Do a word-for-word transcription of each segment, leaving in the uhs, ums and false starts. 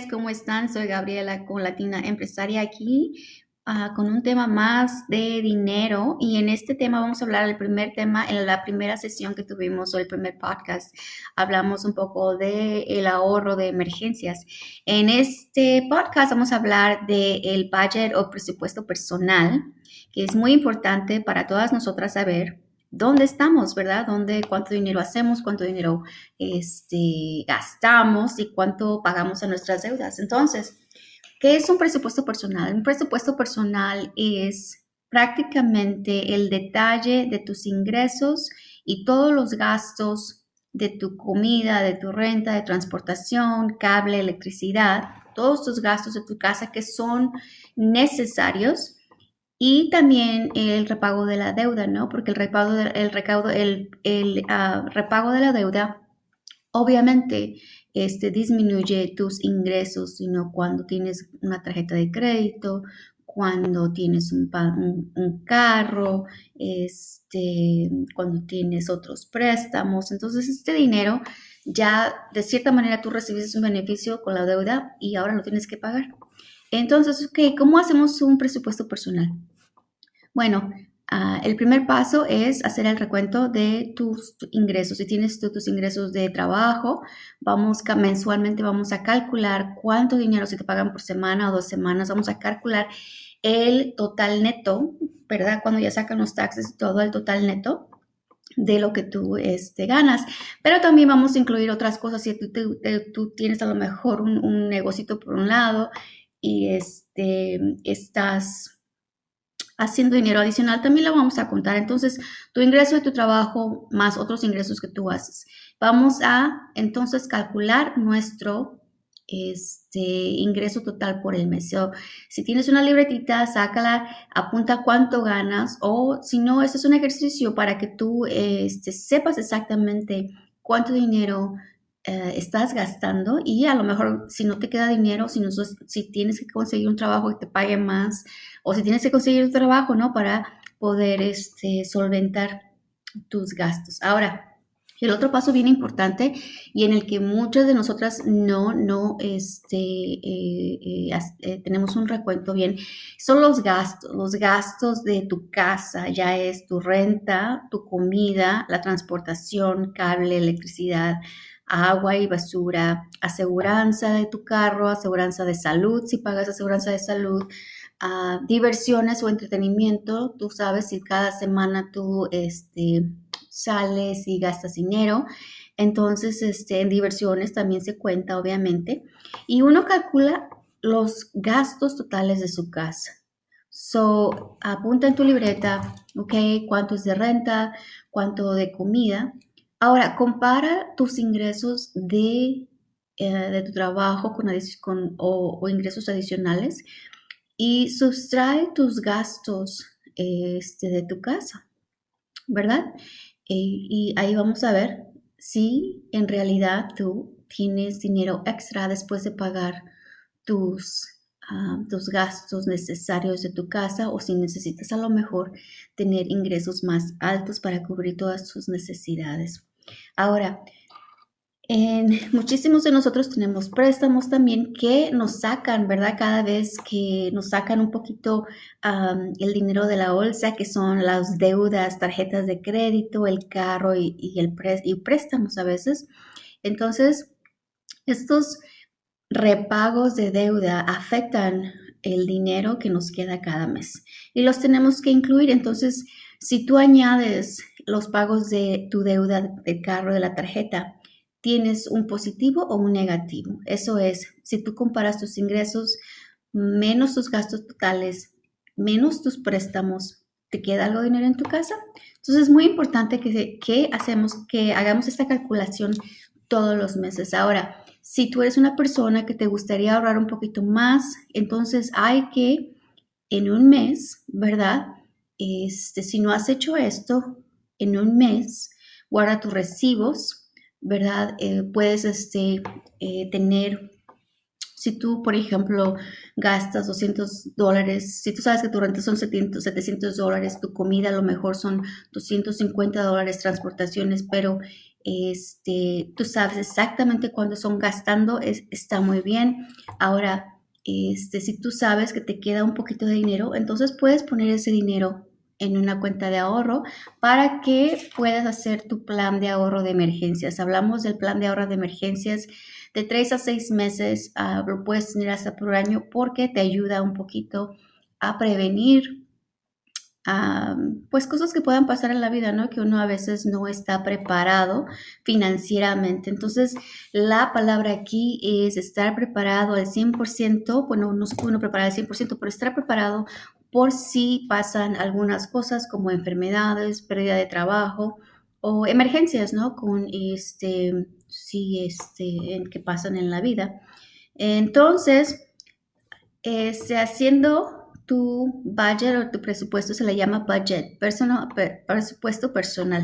¿cómo están? Soy Gabriela con Latina Empresaria aquí ah, con un tema más de dinero y en este tema vamos a hablar del primer tema, en la primera sesión que tuvimos o el primer podcast, hablamos un poco de el ahorro de emergencias. En este podcast vamos a hablar del budget o presupuesto personal, que es muy importante para todas nosotras saber dónde estamos, ¿verdad? ¿Dónde, cuánto dinero hacemos, cuánto dinero este, gastamos y cuánto pagamos a nuestras deudas? Entonces, ¿qué es un presupuesto personal? Un presupuesto personal es prácticamente el detalle de tus ingresos y todos los gastos de tu comida, de tu renta, de transportación, cable, electricidad, todos tus gastos de tu casa que son necesarios. Y también el repago de la deuda, ¿no? Porque el repago de, el recaudo, el, el uh, repago de la deuda obviamente este, disminuye tus ingresos, sino cuando tienes una tarjeta de crédito, cuando tienes un, un, un carro, este, cuando tienes otros préstamos. Entonces este dinero ya de cierta manera tú recibes un beneficio con la deuda y ahora lo tienes que pagar. Entonces, ok, ¿cómo hacemos un presupuesto personal? Bueno, uh, el primer paso es hacer el recuento de tus ingresos. Si tienes tú tus ingresos de trabajo, vamos mensualmente vamos a calcular cuánto dinero se te pagan por semana o dos semanas. Vamos a calcular el total neto, ¿verdad? Cuando ya sacan los taxes y todo, el total neto de lo que tú este, ganas. Pero también vamos a incluir otras cosas. Si tú, tú, tú tienes a lo mejor un, un negocito por un lado y este, estás haciendo dinero adicional, también lo vamos a contar. Entonces, tu ingreso de tu trabajo más otros ingresos que tú haces. Vamos a, entonces, calcular nuestro este, ingreso total por el mes. So, si tienes una libretita, sácala, apunta cuánto ganas o, si no, este es un ejercicio para que tú este, sepas exactamente cuánto dinero Uh, estás gastando y a lo mejor si no te queda dinero, si, no, si tienes que conseguir un trabajo que te pague más o si tienes que conseguir un trabajo, ¿no? Para poder este, solventar tus gastos. Ahora, el otro paso bien importante y en el que muchas de nosotras no, no este, eh, eh, eh, tenemos un recuento bien, son los gastos, los gastos de tu casa, ya es tu renta, tu comida, la transportación, cable, electricidad, agua y basura, aseguranza de tu carro, aseguranza de salud, si pagas aseguranza de salud, uh, diversiones o entretenimiento. Tú sabes si cada semana tú este, sales y gastas dinero, entonces este, en diversiones también se cuenta obviamente y uno calcula los gastos totales de su casa. So, apunta en tu libreta, ok, cuánto es de renta, cuánto de comida. Ahora, compara tus ingresos de, eh, de tu trabajo con, con, o, o ingresos adicionales y sustrae tus gastos este, de tu casa, ¿verdad? E, y ahí vamos a ver si en realidad tú tienes dinero extra después de pagar tus, uh, tus gastos necesarios de tu casa o si necesitas a lo mejor tener ingresos más altos para cubrir todas tus necesidades. Ahora, en muchísimos de nosotros tenemos préstamos también que nos sacan, ¿verdad? Cada vez que nos sacan un poquito um, el dinero de la bolsa, que son las deudas, tarjetas de crédito, el carro y, y, el pré y préstamos a veces. Entonces, estos repagos de deuda afectan el dinero que nos queda cada mes y los tenemos que incluir. Entonces, si tú añades los pagos de tu deuda del carro, de la tarjeta, tienes un positivo o un negativo. Eso es, si tú comparas tus ingresos menos tus gastos totales, menos tus préstamos, ¿te queda algo de dinero en tu casa? Entonces es muy importante que, que, hacemos, que hagamos esta calculación todos los meses. Ahora, si tú eres una persona que te gustaría ahorrar un poquito más, entonces hay que en un mes, ¿verdad? Este, si no has hecho esto, en un mes, guarda tus recibos, ¿verdad? Eh, puedes este, eh, tener, si tú, por ejemplo, gastas doscientos dólares, si tú sabes que tu renta son setecientos dólares, tu comida a lo mejor son doscientos cincuenta dólares, transportaciones, pero Este, tú sabes exactamente cuándo son gastando, es, está muy bien. Ahora, este, si tú sabes que te queda un poquito de dinero, entonces puedes poner ese dinero en una cuenta de ahorro para que puedas hacer tu plan de ahorro de emergencias. Hablamos del plan de ahorro de emergencias de tres a seis meses, uh, lo puedes tener hasta por año porque te ayuda un poquito a prevenir um, pues cosas que puedan pasar en la vida, ¿no? Que uno a veces no está preparado financieramente. Entonces, la palabra aquí es estar preparado al cien por ciento. Bueno, no se puede uno preparar al cien por ciento, pero estar preparado por si pasan algunas cosas como enfermedades, pérdida de trabajo o emergencias, ¿no? Con este, sí, este, que pasan en la vida. Entonces, este, haciendo tu budget o tu presupuesto se le llama budget, personal, presupuesto personal.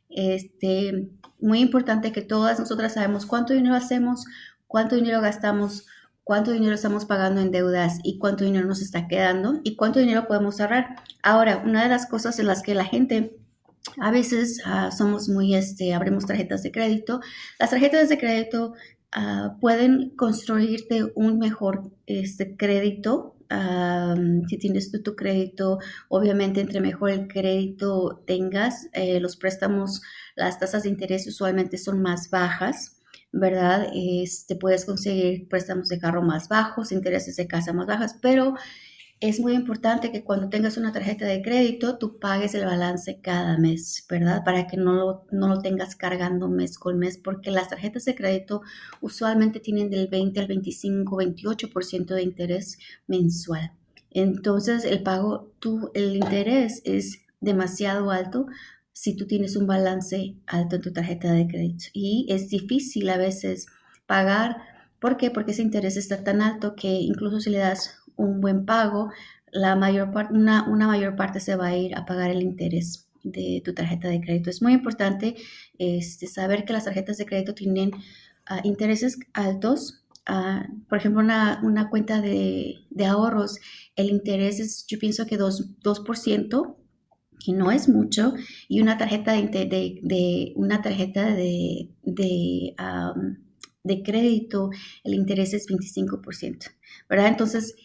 Este, muy importante que todas nosotras sabemos cuánto dinero hacemos, cuánto dinero gastamos, cuánto dinero estamos pagando en deudas y cuánto dinero nos está quedando y cuánto dinero podemos ahorrar. Ahora, una de las cosas en las que la gente a veces uh, somos muy, este, abrimos tarjetas de crédito. Las tarjetas de crédito uh, pueden construirte un mejor este, crédito. Um, si tienes tú tu crédito, obviamente entre mejor el crédito tengas, eh, los préstamos, las tasas de interés usualmente son más bajas, ¿verdad? Este, puedes conseguir préstamos de carro más bajos, intereses de casa más bajas, pero es muy importante que cuando tengas una tarjeta de crédito, tú pagues el balance cada mes, ¿verdad? Para que no lo, no lo tengas cargando mes con mes, porque las tarjetas de crédito usualmente tienen del veinte al veinticinco, veintiocho por ciento de interés mensual. Entonces, el pago, tú, el interés es demasiado alto si tú tienes un balance alto en tu tarjeta de crédito. Y es difícil a veces pagar. ¿Por qué? Porque ese interés está tan alto que incluso si le das un buen pago, la mayor parte, una, una mayor parte se va a ir a pagar el interés de tu tarjeta de crédito. Es muy importante este, saber que las tarjetas de crédito tienen uh, intereses altos. Uh, por ejemplo, una, una cuenta de, de ahorros, el interés es, yo pienso que dos por ciento, que no es mucho, y una tarjeta de, de, de una tarjeta de, de, um, de crédito, el interés es veinticinco por ciento, ¿verdad? Entonces,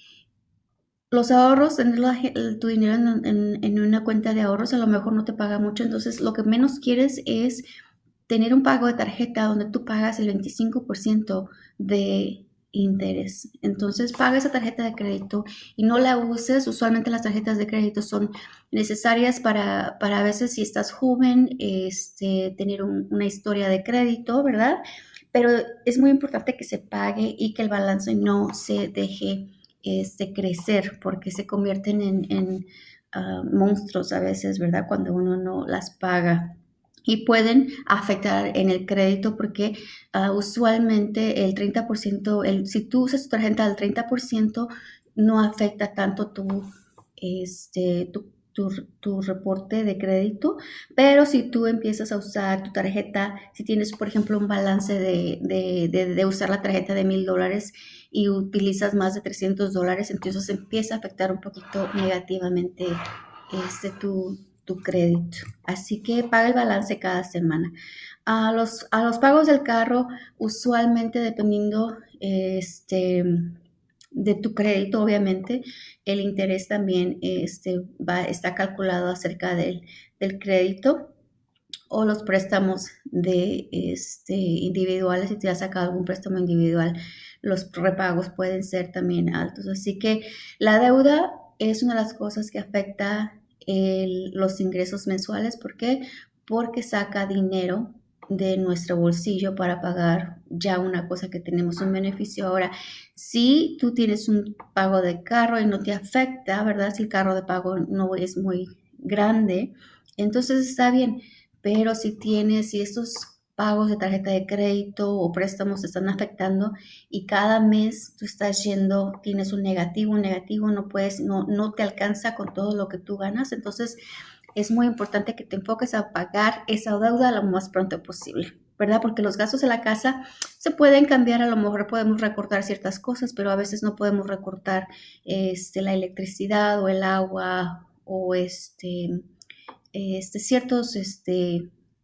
los ahorros, tener la, tu dinero en, en, en una cuenta de ahorros a lo mejor no te paga mucho, entonces lo que menos quieres es tener un pago de tarjeta donde tú pagas el veinticinco por ciento de interés. Entonces paga esa tarjeta de crédito y no la uses. Usualmente las tarjetas de crédito son necesarias para, para a veces si estás joven, este, tener un, una historia de crédito, ¿verdad? Pero es muy importante que se pague y que el balance no se deje este, crecer porque se convierten en, en uh, monstruos a veces, ¿verdad? Cuando uno no las paga. Y pueden afectar en el crédito porque uh, usualmente el treinta por ciento, el, si tú usas tu tarjeta al treinta por ciento, no afecta tanto tu, este, tu, tu, tu reporte de crédito, pero si tú empiezas a usar tu tarjeta, si tienes, por ejemplo, un balance de, de, de, de usar la tarjeta de mil dólares y utilizas más de trescientos dólares, entonces empieza a afectar un poquito negativamente este, tu tu crédito. Así que paga el balance cada semana. A los, a los pagos del carro, usualmente dependiendo este, de tu crédito, obviamente, el interés también este, va, está calculado acerca del, del crédito o los préstamos de este, individuales. Si te has sacado algún préstamo individual, los repagos pueden ser también altos. Así que la deuda es una de las cosas que afecta El, los ingresos mensuales. ¿Por qué? Porque saca dinero de nuestro bolsillo para pagar ya una cosa que tenemos un beneficio. Ahora, si tú tienes un pago de carro y no te afecta, ¿verdad? Si el carro de pago no es muy grande, entonces está bien. Pero si tienes, si estos pagos de tarjeta de crédito o préstamos te están afectando y cada mes tú estás yendo, tienes un negativo, un negativo, no puedes, no, no te alcanza con todo lo que tú ganas, entonces es muy importante que te enfoques a pagar esa deuda lo más pronto posible, ¿verdad? Porque los gastos de la casa se pueden cambiar, a lo mejor podemos recortar ciertas cosas, pero a veces no podemos recortar este, la electricidad o el agua o este, este, ciertos, este,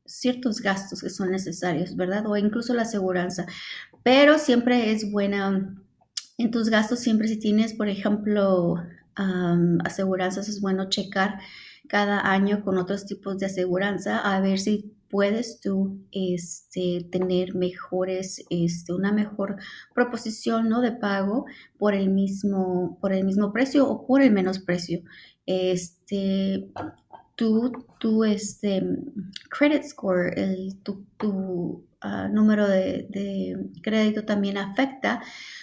ciertos gastos que son necesarios, ¿verdad? O incluso la aseguranza. Pero siempre es buena en tus gastos, siempre si tienes, por ejemplo, um, aseguranzas, es bueno checar cada año con otros tipos de aseguranza a ver si puedes tú este, tener mejores, este, una mejor proposición, ¿no?, de pago por el mismo, por el mismo precio o por el menos precio. Este, tu, tu este, credit score, el, tu, tu uh, número de, de crédito también afecta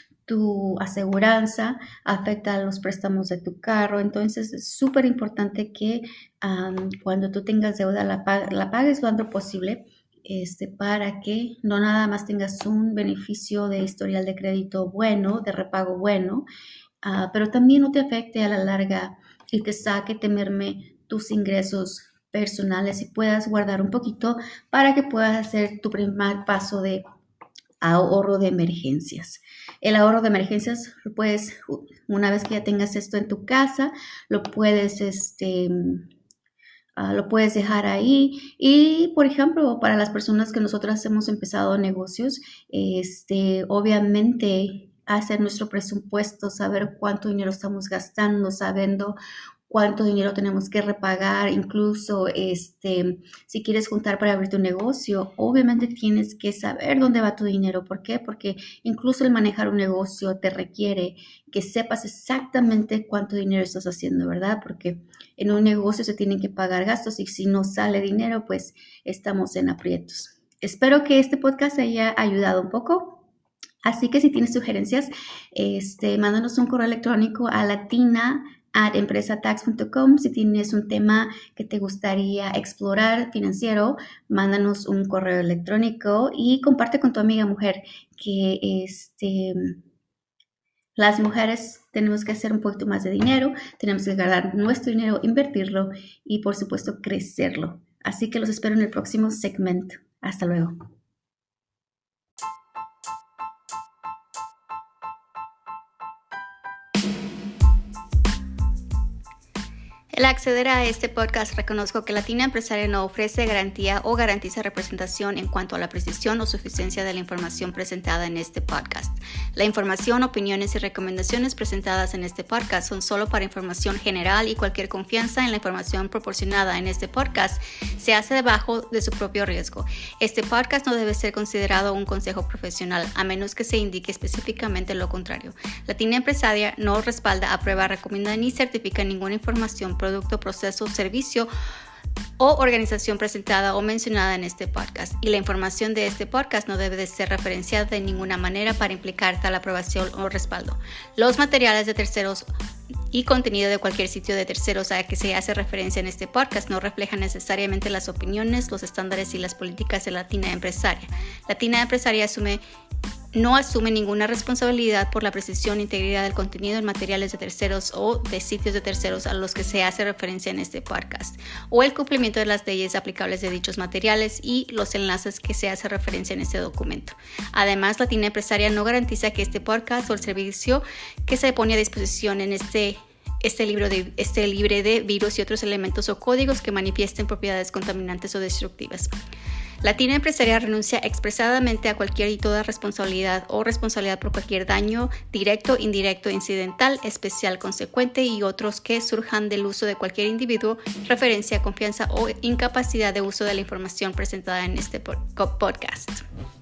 tu aseguranza, afecta a los préstamos de tu carro. Entonces es súper importante que um, cuando tú tengas deuda la, la pagues lo antes posible, este, para que no nada más tengas un beneficio de historial de crédito bueno, de repago bueno, uh, pero también no te afecte a la larga y te saque, te merme tus ingresos personales y puedas guardar un poquito para que puedas hacer tu primer paso de ahorro de emergencias. El ahorro de emergencias, pues, una vez que ya tengas esto en tu casa, lo puedes, este, uh, lo puedes dejar ahí. Y, por ejemplo, para las personas que nosotras hemos empezado negocios, este, obviamente hacer nuestro presupuesto, saber cuánto dinero estamos gastando, sabiendo cuánto dinero tenemos que repagar, incluso este, si quieres juntar para abrir tu negocio, obviamente tienes que saber dónde va tu dinero. ¿Por qué? Porque incluso el manejar un negocio te requiere que sepas exactamente cuánto dinero estás haciendo, ¿verdad? Porque en un negocio se tienen que pagar gastos y si no sale dinero, pues estamos en aprietos. Espero que este podcast haya ayudado un poco. Así que si tienes sugerencias, este, mándanos un correo electrónico a latina at empresatax punto com. Si tienes un tema que te gustaría explorar financiero, mándanos un correo electrónico y comparte con tu amiga mujer que este, las mujeres tenemos que hacer un poquito más de dinero, tenemos que ganar nuestro dinero, invertirlo y por supuesto crecerlo. Así que los espero en el próximo segmento. Hasta luego. Al acceder a este podcast, reconozco que Latina Empresaria no ofrece garantía o garantiza representación en cuanto a la precisión o suficiencia de la información presentada en este podcast. La información, opiniones y recomendaciones presentadas en este podcast son solo para información general y cualquier confianza en la información proporcionada en este podcast se hace debajo de su propio riesgo. Este podcast no debe ser considerado un consejo profesional, a menos que se indique específicamente lo contrario. Latina Empresaria no respalda, aprueba, recomienda ni certifica ninguna información, producto, proceso, servicio o organización presentada o mencionada en este podcast, y la información de este podcast no debe de ser referenciada de ninguna manera para implicar tal aprobación o respaldo. Los materiales de terceros y contenido de cualquier sitio de terceros a que se hace referencia en este podcast no reflejan necesariamente las opiniones, los estándares y las políticas de Latina Empresaria. Latina Empresaria asume No asume ninguna responsabilidad por la precisión e integridad del contenido en materiales de terceros o de sitios de terceros a los que se hace referencia en este podcast, o el cumplimiento de las leyes aplicables de dichos materiales y los enlaces que se hace referencia en este documento. Además, Latina Empresaria no garantiza que este podcast o el servicio que se pone a disposición en este Este, libro de, este libre de virus y otros elementos o códigos que manifiesten propiedades contaminantes o destructivas. Latina Empresaria renuncia expresadamente a cualquier y toda responsabilidad o responsabilidad por cualquier daño directo, indirecto, incidental, especial, consecuente y otros que surjan del uso de cualquier individuo, referencia, confianza o incapacidad de uso de la información presentada en este podcast.